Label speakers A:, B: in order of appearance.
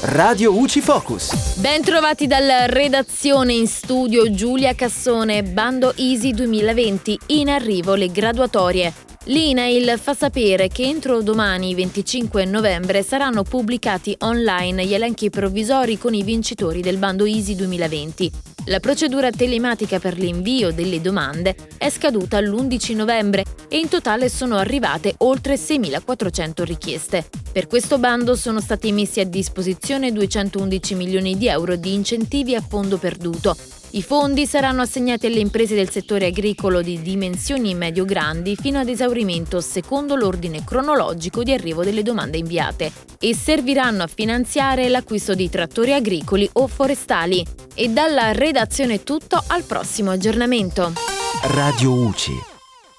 A: Radio UCI Focus.
B: Ben trovati dalla redazione, in studio Giulia Cassone. Bando Easy 2020, in arrivo le graduatorie. L'INAIL fa sapere che entro domani, 25 novembre, saranno pubblicati online gli elenchi provvisori con i vincitori del bando Easy 2020. La procedura telematica per l'invio delle domande è scaduta l'11 novembre e in totale sono arrivate oltre 6.400 richieste. Per questo bando sono stati messi a disposizione 211 milioni di euro di incentivi a fondo perduto. I fondi saranno assegnati alle imprese del settore agricolo di dimensioni medio-grandi fino ad esaurimento secondo l'ordine cronologico di arrivo delle domande inviate e serviranno a finanziare l'acquisto di trattori agricoli o forestali. E dalla redazione è tutto, al prossimo aggiornamento.
A: Radio UCI.